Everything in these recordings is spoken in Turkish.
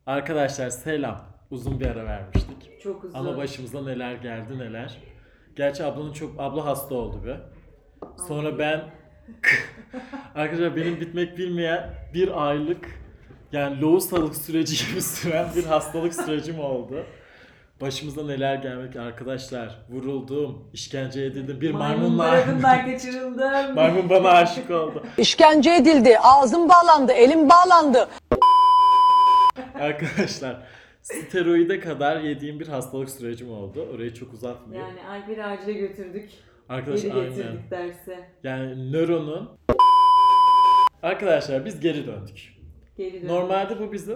Arkadaşlar selam. Uzun bir ara vermiştik. Çok uzun. Ama başımıza neler geldi neler. Gerçi abla hasta oldu bir. Sonra ben arkadaşlar benim bitmek bilmeyen bir aylık yani lohusalık süreci gibi süren bir hastalık sürecim oldu. Başımıza neler gelmek arkadaşlar. Vuruldum, işkence edildim. Bir maymunla tarafından kaçırıldım. maymun bana aşık oldu. İşkence edildi, ağzım bağlandı, elim bağlandı. Arkadaşlar steroide kadar yediğim bir hastalık sürecim oldu. Orayı çok uzatmıyorum. Yani Alper'i acile götürdük. Arkadaşlar Geri aynen. getirdik derse. Yani nöronun... Arkadaşlar biz geri döndük. Geri döndük. Normalde bu bizim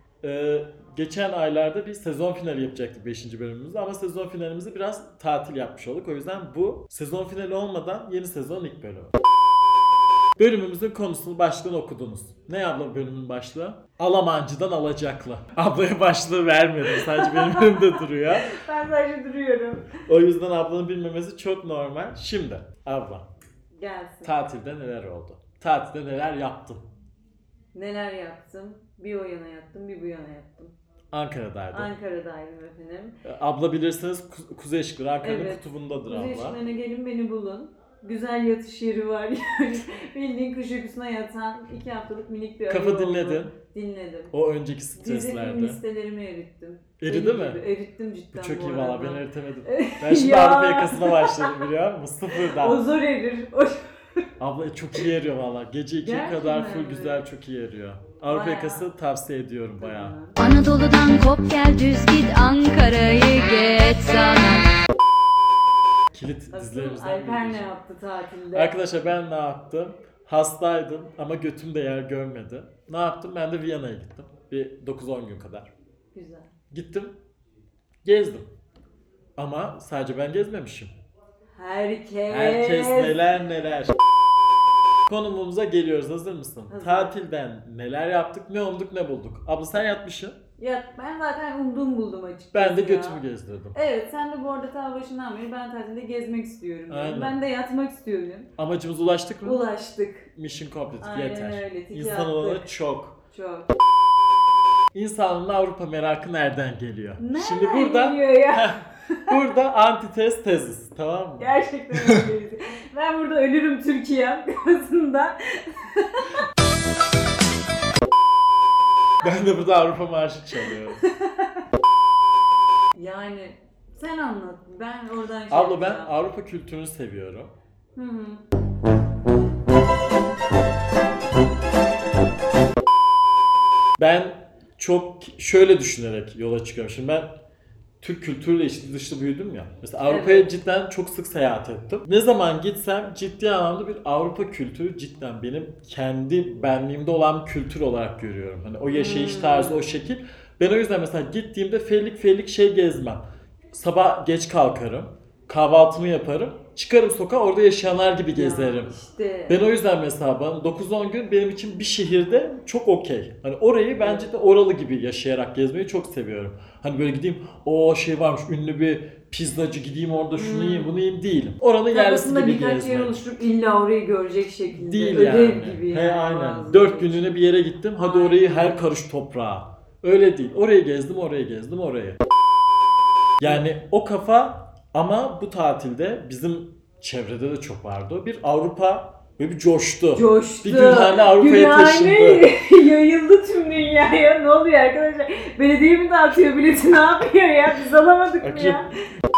geçen aylarda bir sezon finali yapacaktık 5. bölümümüzde ama sezon finalimizi biraz tatil yapmış olduk. O yüzden bu sezon finali olmadan yeni sezon ilk bölümü. Bölümümüzün konusunu başlığını okudunuz. Ne abla bölümün başlığı? Alamancı'dan alacaklı. Ablaya başlığı vermedim. Sadece benim önümde duruyor. Ben sadece duruyorum. O yüzden ablanın bilmemesi çok normal. Şimdi abla Gelsin. tatilde neler oldu? Tatilde neler yaptın? Neler yaptım? Bir o yana yattım, bir bu yana yattım. Ankara'daydım. Ankara'daydım efendim. Abla bilirsiniz Kuzey Işıkları Ankara'nın Evet. kutubundadır Kuzey abla. ışıklarına gelin beni bulun. Güzel yatış yeri var yani. Bildiğin kış uykusuna yatan 2 haftalık minik bir Kafa ayı oldu. dinledin. Dinledim. O önceki Dizi film streslerde. listelerimi erittim. Eridi Benim mi? gibi. Erittim cidden Bu çok bu iyi valla arada. ben eritemedim. Ben şimdi Ya. Avrupa yakasına başladım biliyor musun? O Sıfırdan. zor erir. Abla çok iyi eriyor valla. Gece 2'ye Gerçekten kadar full mi? güzel çok iyi eriyor. Avrupa Bayağı. yakası tavsiye ediyorum bayağı. Anadolu'dan kop gel düz git Ankara'yı geç sana. Kilit Asıl dizilerimizden Alper ne biri. yaptı tatilde? Arkadaşlar ben ne yaptım? Hastaydım ama götüm de yer görmedi. Ne yaptım? Ben de Viyana'ya gittim. Bir 9-10 gün kadar. Güzel. Gittim. Gezdim. Ama sadece ben gezmemişim. Herkes neler neler. Konumumuza geliyoruz. Hazır mısın? Hazırım. Tatilden neler yaptık, ne umduk, ne bulduk. Abla sen yatmışsın. Ya ben zaten umduğum buldum açıkçası. Ben de ya. götümü gezdirdim. Evet, sen de bu arada ta başından beri ben tatilde gezmek istiyorum. Yani. Aynen. Ben de yatmak istiyorum. Amacımıza ulaştık mı? Ulaştık. Mission complete. Aynen Yeter. öyle, tiki İnsan attık. olanı çok. Çok. İnsanın Avrupa merakı nereden geliyor? Nereden Şimdi burada geliyor ya? burada antitez teziz. Tamam mı? Gerçekten öyle. Ben burada ölürüm Türkiye kafasında. Ben de burada Avrupa marşı çalıyorum. Yani sen anlat. Ben oradan şey Abla ben yapacağım. Avrupa kültürünü seviyorum. Hı hı. Ben çok şöyle düşünerek yola çıkıyorum. Şimdi ben Türk kültürüyle içli dışlı büyüdüm ya. Mesela Avrupa'ya Evet. cidden çok sık seyahat ettim. Ne zaman gitsem ciddi anlamda bir Avrupa kültürü cidden benim kendi benliğimde olan bir kültür olarak görüyorum. Hani o yaşayış tarzı, o şekil. Ben o yüzden mesela gittiğimde fellik şey gezmem. Sabah geç kalkarım, kahvaltımı yaparım, çıkarım sokağa orada yaşayanlar gibi gezerim. Ya işte. Ben o yüzden mesela bana 9-10 gün benim için bir şehirde çok okey. Hani orayı bence de oralı gibi yaşayarak gezmeyi çok seviyorum. Hani böyle gideyim o şey varmış ünlü bir pizzacı gideyim orada şunu yiyeyim bunu yiyeyim değilim. Oranın yerlisi Kafasında gibi birkaç yer gezmek. oluşturup illa orayı görecek şekilde. Değil Ödev yani. gibi He yani. aynen. bazı 4 şey. günlüğüne bir yere gittim. Hadi Aynen. orayı her karış toprağa. Öyle değil. Orayı gezdim, orayı gezdim, orayı. Yani o kafa ama bu tatilde bizim çevrede de çok vardı. Bir Avrupa böyle bir coştu. Coştu. Bir Gülhane Avrupa'ya Gülhane taşındı. yayıldı tüm dünyaya. Ne oluyor arkadaşlar? Belediye mi dağıtıyor bileti, ne yapıyor ya? Biz alamadık mı ya?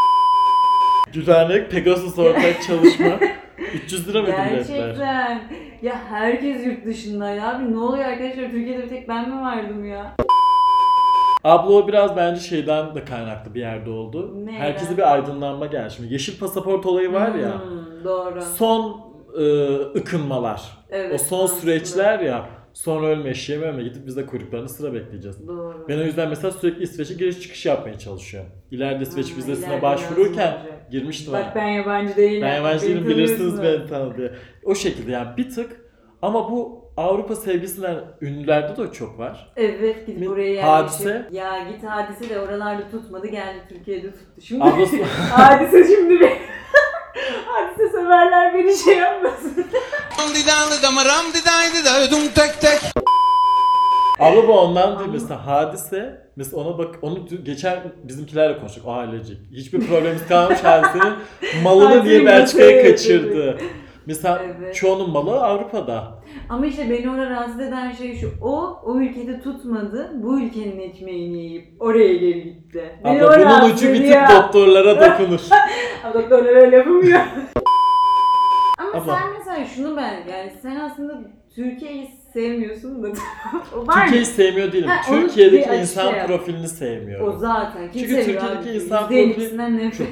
Gülhane Pegasus ortak çalışma. 300 lira mıydı biletler? Gerçekten. Ya herkes yurt dışındaydı abi. Ne oluyor arkadaşlar? Türkiye'de bir tek ben mi vardım ya? Abla o biraz bence şeyden de kaynaklı bir yerde oldu. Neyden? Herkese bir aydınlanma geldi. Şimdi yeşil pasaport olayı var ya. Doğru. Son ıkınmalar. Evet, o son mantıklı. süreçler ya. Sonra ölme eşeğime gidip biz de kuyruklarını sıra bekleyeceğiz. Doğru. Ben o yüzden mesela sürekli İsveç'e giriş çıkış yapmaya çalışıyorum. İleride İsveç Ha, vizesine ileride başvururken lazım olacak. girmiştim. Bak ben yabancı değilim. Ben yabancı Beni değilim bilirsiniz tanıyorsunuz. beni tanı diye. O şekilde yani bir tık ama bu Avrupa sevgisinden ünlülerde de çok var. Evet, gidip oraya yerleşip. Hadise. Ya git Hadise de oralarda tutmadı, geldi Türkiye'de tuttu. Şimdi Ablası Hadise şimdi bir Hadise severler beni şey yapmasın. Abla bu ondan değil mesela Hadise. Mesela ona bak, onu geçen bizimkilerle konuştuk ailecek. Hiçbir problemimiz kalmamış Hadise'nin malını niye Hadise'yi Belçika'ya masaya kaçırdı. Mesela Evet. çoğunun malı Avrupa'da. Ama işte beni orada rahatsız eden şey şu. O ülkede tutmadı. Bu ülkenin ekmeğini yiyip oraya geri gitti. Beni o Abla bunun rahatsız ucu bir tık ediyor. doktorlara dokunur. Ama doktorlar öyle yapamıyor. Ama Abla. sen mesela şunu yani sen aslında Türkiye'yi sevmiyorsun da o var mı? Türkiye'yi sevmiyor değilim. Ha, onu Türkiye'deki bir insan açık profilini O sevmiyorum. zaten. Kim Çünkü seviyor Türkiye'deki abi? insan %50'sinden nefret.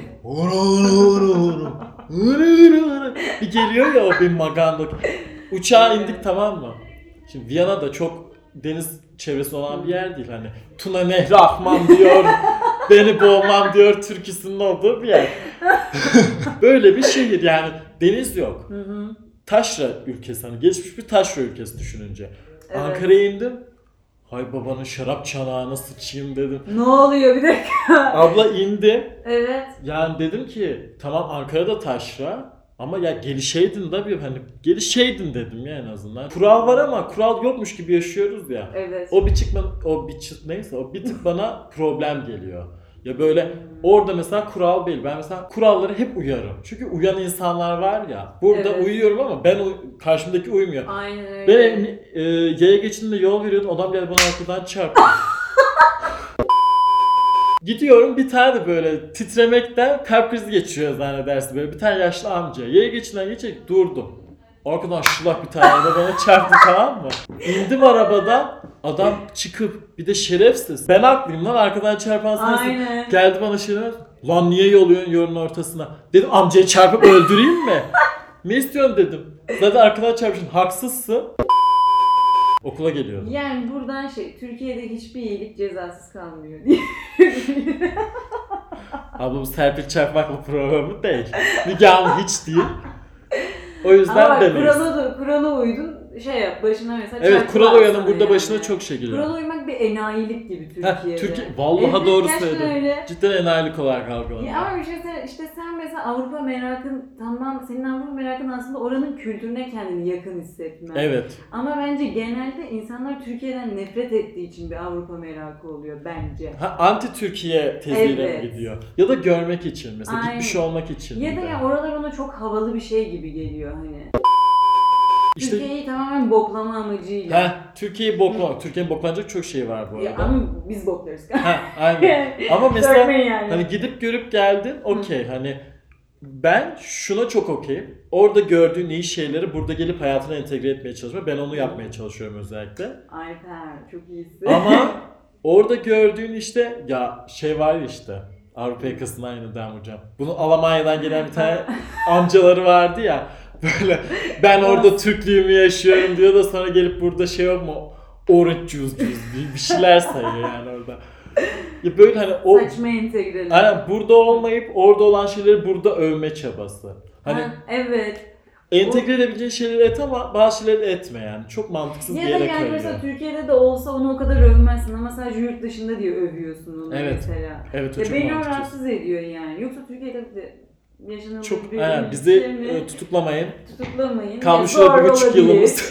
Bir geliyor ya o bir magandok. Uçağa indik, tamam mı? Şimdi Viyana da çok deniz çevresi olan bir yer değil. Hani Tuna Nehri akmam diyor, beni boğmam diyor türküsünün olduğu bir yer. Böyle bir şehir yani, deniz yok. Hı hı. Taşra ülkesi, hani gelişmiş bir taşra ülkesi düşününce. Evet. Ankara'ya indim. Hay babanın şarap çanağına sıçayım dedim. Ne oluyor bir dakika? Abla indim. Evet. Yani dedim ki tamam Ankara'da taşra ama ya gelişeydin da bir hani gelişeydin dedim ya en azından. Kural var ama kural yokmuş gibi yaşıyoruz ya. Evet. O bir tık bana problem geliyor. Ya böyle orada mesela kural değil. Ben mesela kuralları hep uyarım. Çünkü uyan insanlar var ya. Burada Evet. uyuyorum ama karşımdaki uymuyor. Aynen öyle. Ben yaya geçidinde yol veriyordum. Adam geldi bana arkadan çarptı. Gidiyorum, bir tane de böyle titremekten kalp krizi geçiriyor zannedersin, böyle bir tane yaşlı amca. Yaya geçinden geçerek durdum. Arkadan şılak bir tane araba bana çarptı, tamam mı? İndim arabadan, adam çıkıp bir de şerefsiz. Ben haklıyım lan, arkadan çarpan sensin. Aynen. Geldi bana lan niye yoluyorsun yolun ortasına? Dedim amcayı çarpıp öldüreyim mi? Ne istiyorsun dedim. Zaten arkadan çarpmışsın, haksızsın. Okula geliyordum. Yani buradan Türkiye'de hiçbir iyilik cezasız kalmıyor diye. Abla bu Serpil Çakmak'la programı değil. Nikahım hiç değil. O Ama yüzden bak demeyiz. kurala uydun yap başına mesela Evet, çarpı kural alsana uyanın burada yani. başına çok şey geliyor. Kurala uymak bir enayilik gibi Heh, Türkiye'de. Vallahi Evet, doğru gerçekten söyledin. öyle. Cidden enayilik olarak algılanıyor. Ya ama işte sen mesela Avrupa merakın senin Avrupa merakın aslında oranın kültürüne kendini yakın hissetmen. Evet. Ama bence genelde insanlar Türkiye'den nefret ettiği için bir Avrupa merakı oluyor bence. Anti Türkiye teziyle Evet. mi gidiyor? Ya da görmek için mesela, Aynen. gitmiş olmak için. Ya bir da de. ya oralar ona çok havalı bir şey gibi geliyor hani. İşte Türkiye'yi tamamen boklama amacıyla. Türkiye'yi boklamak. Türkiye'nin boklanacak çok şey var bu Ya arada. ama biz boklarız. Aynen. Ama mesela Sormayın yani. hani gidip görüp geldin, okey. Hani ben şuna çok okeyim. Orada gördüğün iyi şeyleri burada gelip hayatına entegre etmeye çalışma. Ben onu yapmaya çalışıyorum özellikle. Alper çok iyisin. Ama orada gördüğün işte ya var ya işte Avrupa yakasında aynı Dem hocam. Bunun Almanya'dan gelen bir tane amcaları vardı ya. Böyle ben orada Türklüğümü yaşıyorum diyor da sonra gelip burada yok mu? Orange juice bir şeyler sayıyor yani orada. Ya böyle hani o Saçma entegreler. aynen burada olmayıp orada olan şeyleri burada övme çabası. Hani evet. entegre edebileceğin şeyleri et ama bazı şeyleri etme yani. Çok mantıksız bir Ya da yere yani kayıyor. mesela Türkiye'de de olsa onu o kadar övmezsin ama sadece yurt dışında diye övüyorsun onu Evet. mesela. Evet, o Ya çok beni o mantıksız. rahatsız ediyor yani. Yoksa Türkiye'de de yaşanılmış Çok bir aynen, bizi ülke tutuklamayın. tutuklamayın. Kalmış Ya zor şöyle 1,5 olabilir. yılımız.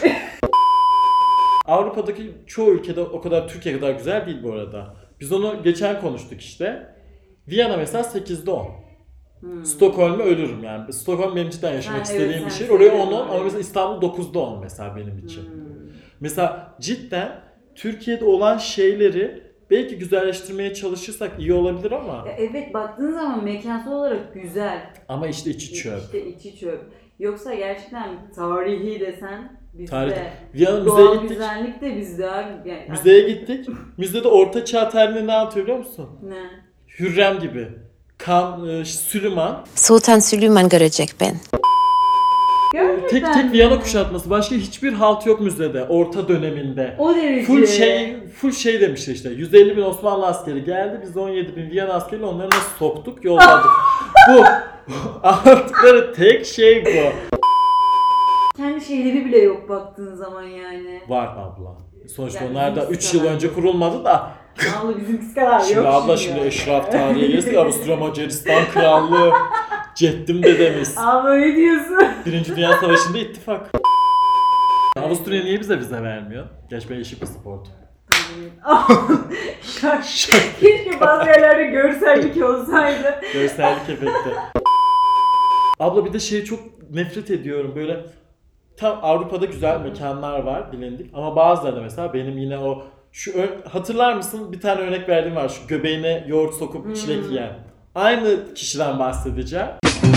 Avrupa'daki çoğu ülkede o kadar Türkiye kadar güzel değil bu arada. Biz onu geçen konuştuk işte. Viyana mesela 8'de 10. Stockholm'e ölürüm yani. Stockholm benim cidden yaşamak Ha, istediğim evet, bir sen şehir. Oraya 10 seviyorsun ama orayı. mesela İstanbul 9'da 10 mesela benim için. Mesela cidden Türkiye'de olan şeyleri belki güzelleştirmeye çalışırsak iyi olabilir ama Ya evet baktığın zaman mekansal olarak güzel. ama işte içi çöp. İşte içi çöp. Yoksa gerçekten tarihi desen bizde. Tarih. Viyana müzeye Doğal gittik. güzellik de bizde abi. Yani, Müzeye gittik. Müzede Orta Çağ tarihini ne anlatıyor biliyor musun? Ne? Hürrem gibi. Süleyman. Sultan Süleyman görecek ben. Gerçekten Tek mi? Viyana kuşatması. Başka hiçbir halt yok müzede. Orta döneminde. O derece. Full şey demişler işte. 150 bin Osmanlı askeri geldi. Biz 17 bin Viyana askeriyle onları nasıl soktuk, yolladık. Bu. Anlattıkları tek şey bu. Kendi şeyleri bile yok baktığın zaman yani. Var abla. Sonuçta Yani onlar da bizim 3 yıl kadar önce yok. kurulmadı da. Abla bizim kadar yok. Şimdi abla şimdi eşraf tarihi gezdik. Avusturya Macaristan Krallığı. Ceddim dedemiz. Abla ne diyorsun? Birinci Dünya Savaşı'nda ittifak. Avusturya niye bize vize vermiyor? Geç ben yeşil pasaportum. Keşke bazı yerlerde görsellik olsaydı. Görsellik efekti. Abla bir de şeyi çok nefret ediyorum böyle. Tam Avrupa'da güzel mekanlar var bilindik ama bazılarında mesela benim yine o hatırlar mısın bir tane örnek verdiğim var şu göbeğine yoğurt sokup çilek yiyen. Aynı kişiden bahsedeceğim.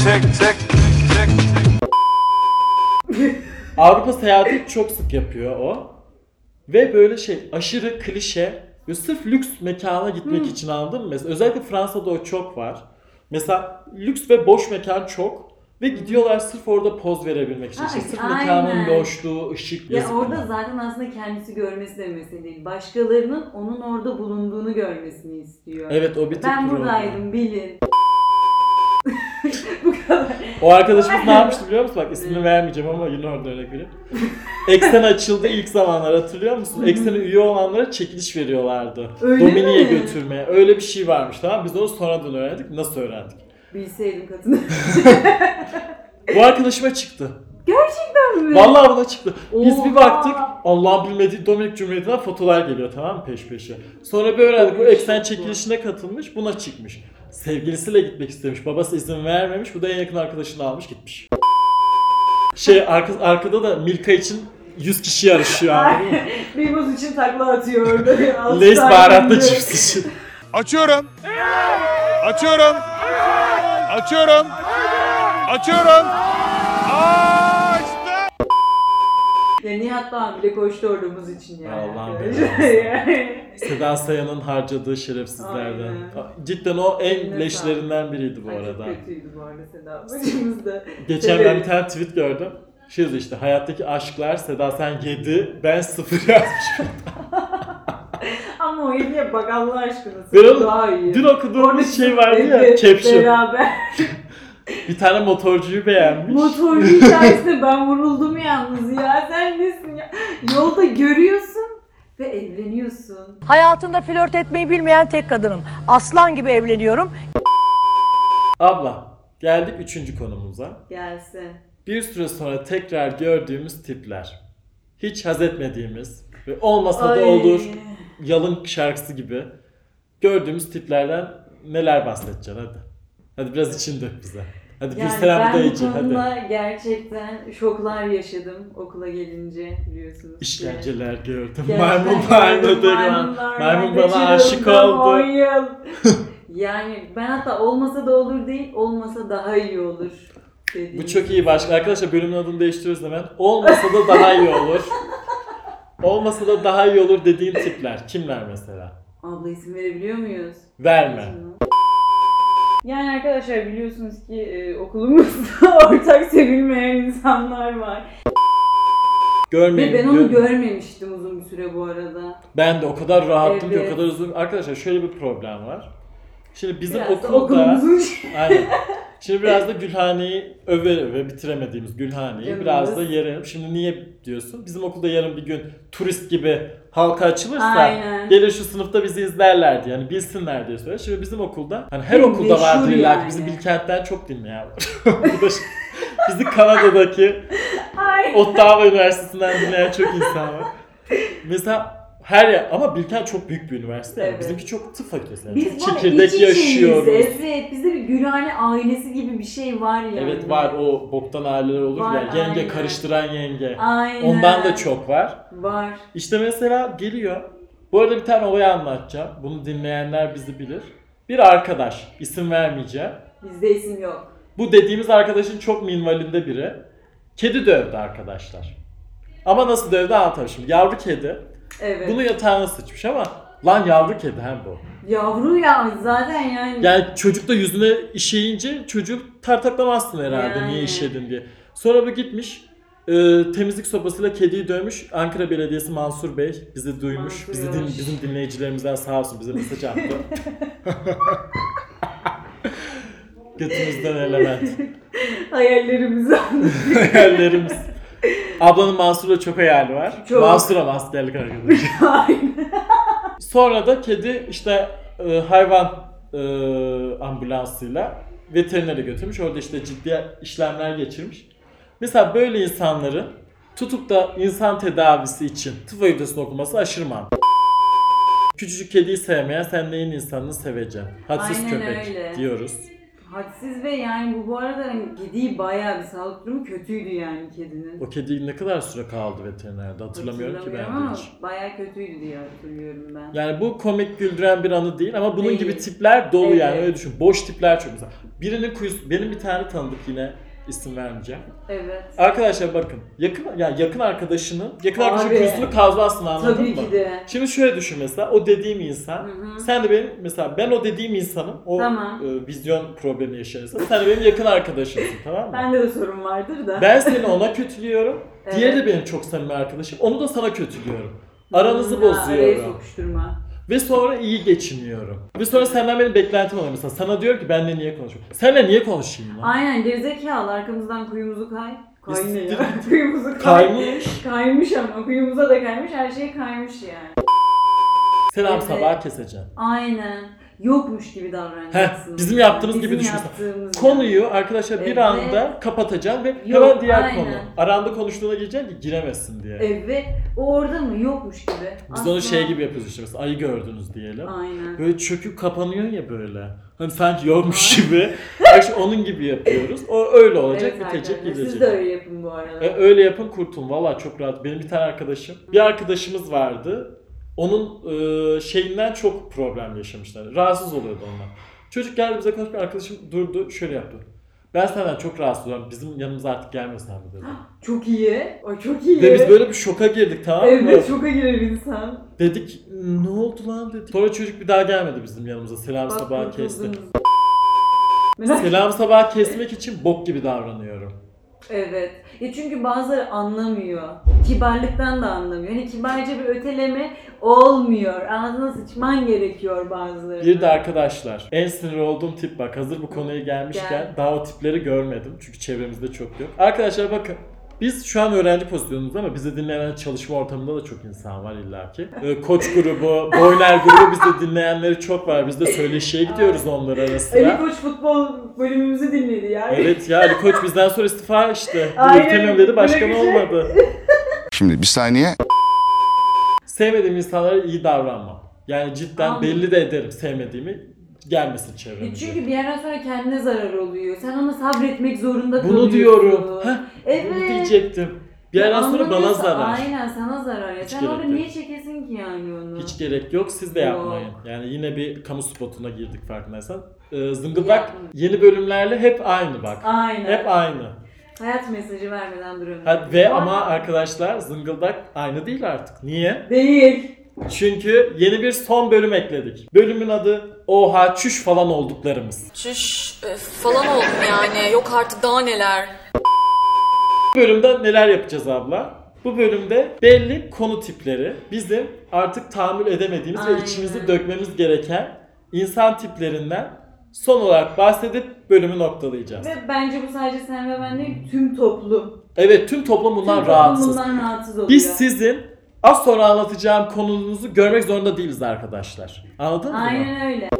Avrupa seyahati çok sık yapıyor o. Ve böyle aşırı klişe ve sırf lüks mekana gitmek için anladın mı? Mesela özellikle Fransa'da o çok var. Mesela lüks ve boş mekan çok. Ve gidiyorlar sırf orada poz verebilmek için. Sırf mekanın loşluğu, ışık, ya orada zaten aslında kendisi görmesi de mesele değil. Başkalarının onun orada bulunduğunu görmesini istiyor. Evet o bir tık ben buradaydım bilin. Bu kadar. O arkadaşımız ne yapmıştı biliyor musun? Bak ismini vermeyeceğim ama yine orada örnek vereyim. Eksen açıldı ilk zamanlar hatırlıyor musun? Eksen'e üye olanlara çekiliş veriyorlardı. Öyle Domini'ye mi? götürmeye. Öyle bir şey varmış tamam Biz onu sonradan öğrendik. Nasıl öğrendik? Bilseydim kadını. Bu arkadaşıma çıktı. Gerçekten mi? Vallahi buna çıktı. Biz bir Oha! baktık Allah'ın bilmediği Dominik Cumhuriyeti'nden fotolar geliyor tamam mı peş peşe. Sonra bir öğrendik bu eksen çekilişine katılmış buna çıkmış. Sevgilisiyle gitmek istemiş. Babası izin vermemiş. Bu da en yakın arkadaşını almış gitmiş. Arkada da Milka için 100 kişi yarışıyor anladın mı? Mimoz için takla atıyor orada. Lays baharatlı cips için. Açıyorum. Açıyorum. Açıyorum. Açıyorum. Açtım. Ya Nihat Doğan bile koştu orada muz için yani. Allah'ım Yani. Seda Sayan'ın harcadığı şerefsizlerden. Aynen. Cidden o en Eline leşlerinden biriydi bu Ay, arada. Çok kötüydü bu arada Seda bacımız da. Geçen ben bir tane tweet gördüm. Yazıyor işte hayattaki aşklar Seda Sayan 7 ben 0 yazmışım. Ama o hediye bak Allah aşkına. Ben onu daha iyi. dün okuduğum bir şey vardı ya Evet, caption. Beraber. Bir tane motorcuyu beğenmiş. Motorcu hikayesinde ben vuruldum yalnız ya. Sen nesin ya? Yolda görüyorsun ve evleniyorsun. Hayatında flört etmeyi bilmeyen tek kadınım. Aslan gibi evleniyorum. Abla geldik 3. konumuza. Gelsin. Bir süre sonra tekrar gördüğümüz tipler. Hiç haz etmediğimiz ve olmasa da Ay. olur Yalın şarkısı gibi gördüğümüz tiplerden neler bahsedeceksin hadi. Hadi biraz için dök bize. Hadi bir Yani selam ben bu dayıcı hadi. konuda gerçekten şoklar yaşadım okula gelince biliyorsunuz. ki. İşkenceler gördüm. Gerçekten Maymun gördüm, maymun maymun bana kaçırıldım, aşık 10 oldu. yıl. Yani ben hatta olmasa da olur değil, olmasa daha iyi olur dediğim. Bu çok iyi başka. Arkadaşlar bölümün adını değiştiriyoruz hemen. Olmasa da daha iyi olur. Olmasa da daha iyi olur dediğin tipler. Kimler mesela? Abla isim verebiliyor muyuz? Verme. Yani arkadaşlar biliyorsunuz ki okulumuzda ortak sevilmeyen insanlar var. Görmeyin. Ve ben onu görmemiştim uzun bir süre bu arada. Ben de o kadar rahattım ki Evet. o kadar uzun. Arkadaşlar şöyle bir problem var. Şimdi bizim Biraz da okulda okulumuzun aynen. Şimdi biraz da Gülhane'yi öve bitiremediğimiz Gülhane'yi Canımız. biraz da yerelim. Şimdi niye diyorsun? Bizim okulda yarın bir gün turist gibi halka açılırsa Aynen. gelir şu sınıfta bizi izlerlerdi. Yani bilsinler diye söylüyor. Şimdi bizim okulda hani her Meşhur okulda vardır illa ki yani. bizi Bilkent'ten çok dinleyen var. Bu da bizi Kanada'daki Ay. Ottawa Üniversitesi'nden dinleyen çok insan var. Mesela her yer ama Bilkent çok büyük bir üniversite. Yani. Evet. Bizimki çok tıp fakültesi. Yani. Biz Çok var ya, çekirdek iç içeyiz. yaşıyoruz. Evet, bizde bir Gülhane ailesi gibi bir şey var yani. Evet var o boktan aileler olur Var, ya yenge aynen. karıştıran yenge. Aynen. Ondan da çok var. Var. İşte mesela geliyor. Bu arada bir tane olayı anlatacağım. Bunu dinleyenler bizi bilir. Bir arkadaş, isim vermeyeceğim. Bizde isim yok. Bu dediğimiz arkadaşın çok minvalinde biri. Kedi dövdü arkadaşlar. Ama nasıl dövdü anlatalım şimdi. Yavru kedi. Evet. Bunu yatağına sıçmış ama lan yavru kedi hem bu. Yavru ya zaten yani. Yani çocuk da yüzüne işeyince çocuk tartaklamazsın herhalde Yani. niye işedin diye. Sonra bu gitmiş temizlik sopasıyla kediyi dövmüş. Ankara Belediyesi Mansur Bey bizi duymuş. Mansur Bizi Yavaş. bizim dinleyicilerimizden sağ olsun bize mesaj attı. Götümüzden element. Hayallerimizi Hayallerimiz. Ablanın Mansur'la çok hayali var. Çok. Mansur'a mı askerlik arkadaşı? Aynen. Sonra da kedi işte hayvan ambulansıyla veterinere götürmüş. Orada işte ciddi işlemler geçirmiş. Mesela böyle insanların tutup da insan tedavisi için tıp fakültesini okuması aşırı mantıklı. Küçücük kediyi sevmeyen sen neyin insanını seveceksin? Hadsiz Aynen köpek öyle. diyoruz. Hadsiz ve yani bu arada hani kediyi bayağı bir sağlık durumu kötüydü yani kedinin. O kedi ne kadar süre kaldı veterinerde hatırlamıyorum ki ben ama de hiç. bayağı kötüydü diye hatırlıyorum ben. Yani bu komik güldüren bir anı değil ama bunun Değil. gibi tipler dolu Evet. yani öyle düşün. Boş tipler çok güzel. Birinin kuyusu, benim bir tane tanıdık yine isim vermeyeceğim. Evet. Arkadaşlar bakın yakın arkadaşının Abi. kuyusunu kazmazsın anladın Tabii mı? ki de. Şimdi şöyle düşün mesela o dediğim insan Hı hı. sen de benim mesela ben o dediğim insanım o Tamam. vizyon problemi yaşarsa sen de benim yakın arkadaşımsın tamam mı? Bende de sorun vardır da. Ben seni ona kötülüyorum. Evet. Diğeri de benim çok samimi arkadaşım. Onu da sana kötülüyorum. Aranızı Araya bozuyorum. sokuşturma. Ve sonra iyi geçiniyorum. Ve sonra senden benim beklentim oluyor mesela. Sana diyorum ki benimle niye konuşuyorsun? Seninle niye konuşayım lan? Aynen gerizekalı arkamızdan kuyumuzu kay. Kay ne ya? Biz- Kuyumuzu kay. Kaymış. Kaymış ama kuyumuza da kaymış, her şey kaymış yani. Selam Evet. sabah keseceğim. Aynen. Yokmuş gibi davranacaksın. Bizim yaptığımız Bizim gibi düşün. yaptığımız Konuyu arkadaşlar bir Evet. anda kapatacaksın ve Yok, hemen diğer aynen. konu. Aranda konuştuğuna gireceksin ki giremezsin diye. Evet. O orada mı? Yokmuş gibi. Biz onu şey gibi yapıyoruz işte mesela ayı gördünüz diyelim. Aynen. Böyle çöküp kapanıyor ya böyle. Hani sanki yokmuş gibi. İşte onun gibi yapıyoruz. O öyle olacak, Evet bitecek, arkadaşlar, gidecek. siz de öyle yapın bu arada. Öyle yapın kurtulun. Valla çok rahat. Benim bir tane arkadaşım. Bir arkadaşımız vardı. Onun şeyinden çok problem yaşamışlar. Rahatsız oluyordu ondan. Çocuk geldi bize konuşmuyor. Arkadaşım durdu şöyle yaptı. Ben senden çok rahatsız oluyorum. Bizim yanımıza artık gelmesin abi dedi. Çok iyi. O çok iyi. Ve biz böyle bir şoka girdik tamam mı? Evet, şoka girer insan. Dedik ne oldu lan dedik. Sonra çocuk bir daha gelmedi bizim yanımıza. Selam Bak, sabah kesti. kurtuldunuz. Merak- Selam sabah kesmek için bok gibi davranıyorum. Evet. Ya çünkü bazıları anlamıyor. Kibarlıktan da anlamıyor. Hani kibarca bir öteleme olmuyor. Ağzına sıçman gerekiyor bazıları. Bir de arkadaşlar en sinir olduğum tip bak hazır bu konuya gelmişken Gel. daha o tipleri görmedim çünkü çevremizde çok yok. Arkadaşlar bakın biz şu an öğrenci pozisyonumuzda ama bizi dinleyen çalışma ortamında da çok insan var illaki. Koç grubu, boyner grubu bizi dinleyenleri çok var. Biz de söyleşiye gidiyoruz onlar Ali arasında. Koç futbol bölümümüzü dinledi ya. Evet ya Ali Koç bizden sonra istifa işte. Aynen, Yürütemem dedi başkan böyle bir şey. olmadı. Şimdi bir saniye. Sevmediğim insanlara iyi davranmam. Yani cidden Anladım. belli de ederim sevmediğimi gelmesin çevremize. Çünkü bir yerden sonra kendine zarar oluyor. Sen ona sabretmek zorunda Bunu kalıyorsun. diyorum. Heh, Evet. Bunu diyecektim. Bir yerden sonra bana Anlamıyorsa zarar. Aynen sana zarar. Ya. Hiç Sen gerek orada yok. niye çekesin ki yani onu? Hiç gerek yok. Siz de Yok. yapmayın. Yani yine bir kamu spotuna girdik farkındaysan. Zıngıldak Yapmayın. yeni bölümlerle hep aynı bak. Aynen. Hep aynı. Hayat mesajı vermeden duramıyorum. Ve Bu ama arada- arkadaşlar Zıngıldak aynı değil artık. Niye? Değil. Çünkü yeni bir son bölüm ekledik. Bölümün adı Oha Çüş falan olduklarımız. Çüş falan oldum yani. Yok artık daha neler. Bu bölümde neler yapacağız abla? Bu bölümde belli konu tipleri bizim artık tahammül edemediğimiz Aynen. ve içimizi dökmemiz gereken insan tiplerinden son olarak bahsedip bölümü noktalayacağız. Ve bence bu sadece sen ve ben değil, tüm toplum. Evet tüm toplum bundan Tüm toplum rahatsız. bundan rahatsız oluyor. Biz sizin az sonra anlatacağım konunuzu görmek zorunda değiliz arkadaşlar. Anladın mı? Aynen öyle.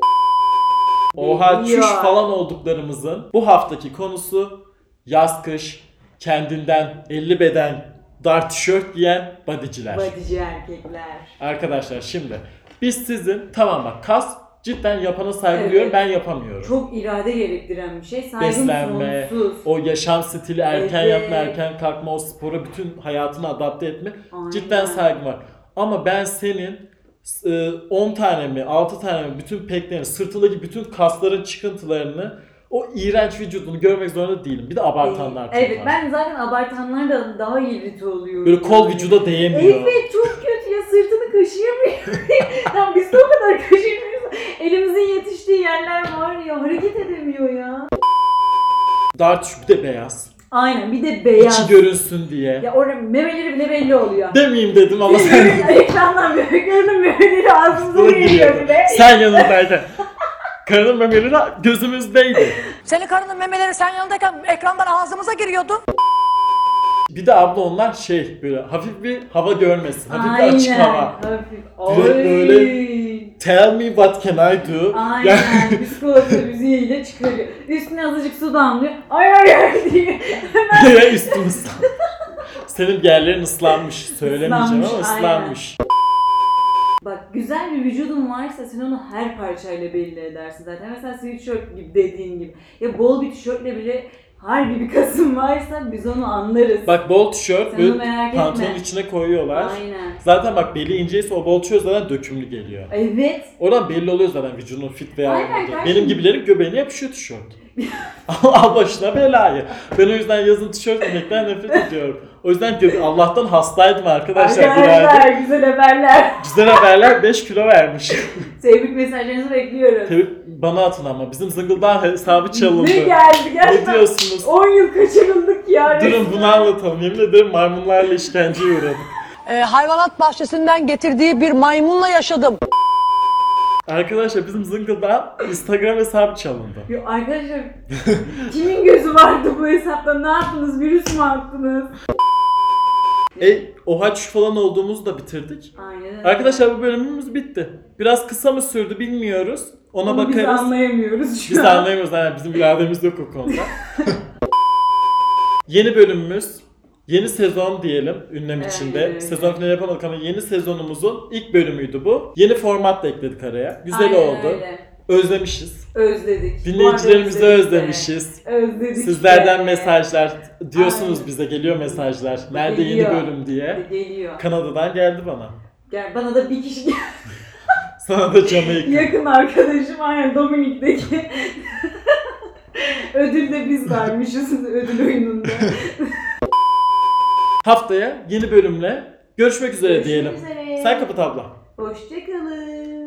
Oha Geliyor. çüş falan olduklarımızın bu haftaki konusu yaz kış kendinden 50 beden dar tişört giyen bodyciler. Bodyci erkekler. Arkadaşlar şimdi biz sizin tamam bak kas cidden yapana saygı Evet. duyuyorum ben yapamıyorum. Çok irade gerektiren bir şey. Saygın Beslenme, sonsuz. o yaşam stili, erken Evet. yatma, erken kalkma, o spora bütün hayatını adapte etme Aynen. cidden saygım var. Ama ben senin 10 tane mi 6 tane mi bütün peklerini, sırtındaki bütün kasların çıkıntılarını o iğrenç vücudunu görmek zorunda değilim. Bir de abartanlar çok Evet var. ben zaten abartanlar da daha irrite oluyorum. Böyle kol Yani. vücuda değemiyor. Evet çok kötü ya, sırtını kaşıyamıyor. Tamam biz de o kadar kaşıyamıyoruz. Elimizin yetiştiği yerler var ya, hareket edemiyor ya. Dart bir de beyaz. Aynen, bir de beyaz. İçi görünsün diye. Ya orada memeleri bile belli oluyor. Demeyeyim dedim ama sen Ekrandan böyle görünüm memeleri ağzımıza Bunu geliyor giriyor. bile. Sen yanındaydın. Karının memeleri gözümüzdeydi. Senin karının memeleri sen yanındayken ekrandan ağzımıza giriyordu. Bir de abla onlar şey böyle hafif bir hava görmesin. Hafif bir Aynen. açık hava. Hafif. Direkt Oy. böyle tell me what can I do? Aynen. Bisikolata müziğiyle çıkarıyor. Üstüne azıcık su damlıyor. Ay ay ay diye. Ya üstüm ıslan. Senin yerlerin ıslanmış. Söylemeyeceğim ama Islanmış, ıslanmış. Bak güzel bir vücudun varsa sen onu her parçayla belli edersin zaten. Mesela sweatshirt gibi dediğin gibi. Ya bol bir tişörtle bile harbi bir kasın varsa biz onu anlarız. Bak bol tişört Sen böyle onu merak pantolonun etme. içine koyuyorlar. Aynen. Zaten bak beli inceyse o bol tişört zaten dökümlü geliyor. Evet. Oradan belli oluyor zaten vücudun fit veya Aynen olmadığı. kardeşim. Benim gibilerin göbeğine yapışıyor tişört. Al başına belayı. Ben o yüzden yazın tişört giymekten nefret ediyorum. O yüzden Allah'tan hastaydım arkadaşlar. bir aydır. Arkadaşlar güzel haberler. Güzel haberler 5 kilo vermiş. Tebrik mesajlarınızı bekliyoruz. Tabii bana atın ama bizim Zıngıldağ hesabı çalındı. Ne geldi Ne gerçekten? diyorsunuz? 10 yıl kaçırıldık ya. Durun resmen. bunu anlatalım. Yemin ederim maymunlarla işkenceye uğradık. Hayvanat bahçesinden getirdiği bir maymunla yaşadım. Arkadaşlar bizim Zıngıldağ Instagram hesabı çalındı. Yo, arkadaşlar kimin gözü vardı bu hesapta? Ne yaptınız? Virüs mü attınız? Oha çüş falan olduğumuzu da bitirdik. Aynen öyle. Arkadaşlar bu bölümümüz bitti. Biraz kısa mı sürdü bilmiyoruz. Ona Onu biz bakarız. anlayamıyoruz şu Biz an. de anlayamıyoruz. Yani bizim irademiz yok o konuda. Yeni bölümümüz, yeni sezon diyelim ünlem içinde. Evet. Sezon finali yapamadık ama yeni sezonumuzun ilk bölümüydü bu. Yeni format da ekledik araya. Güzel Aynen oldu. öyle. Özlemişiz. Özledik. Dinleyicilerimizi Bu arada özlemişiz. Özledik. Sizlerden de. mesajlar diyorsunuz Aynen. bize, geliyor mesajlar. Nerede Geliyor. yeni bölüm diye. Geliyor. Kanada'dan geldi bana. Gel bana da bir kişi Sana da Jamaika. yakın arkadaşım aynen Dominik'teki ödül de biz vermişiz ödül oyununda. Haftaya yeni bölümle görüşmek üzere diyelim. Görüşmek üzere. Sen kapat abla. Hoşçakalın.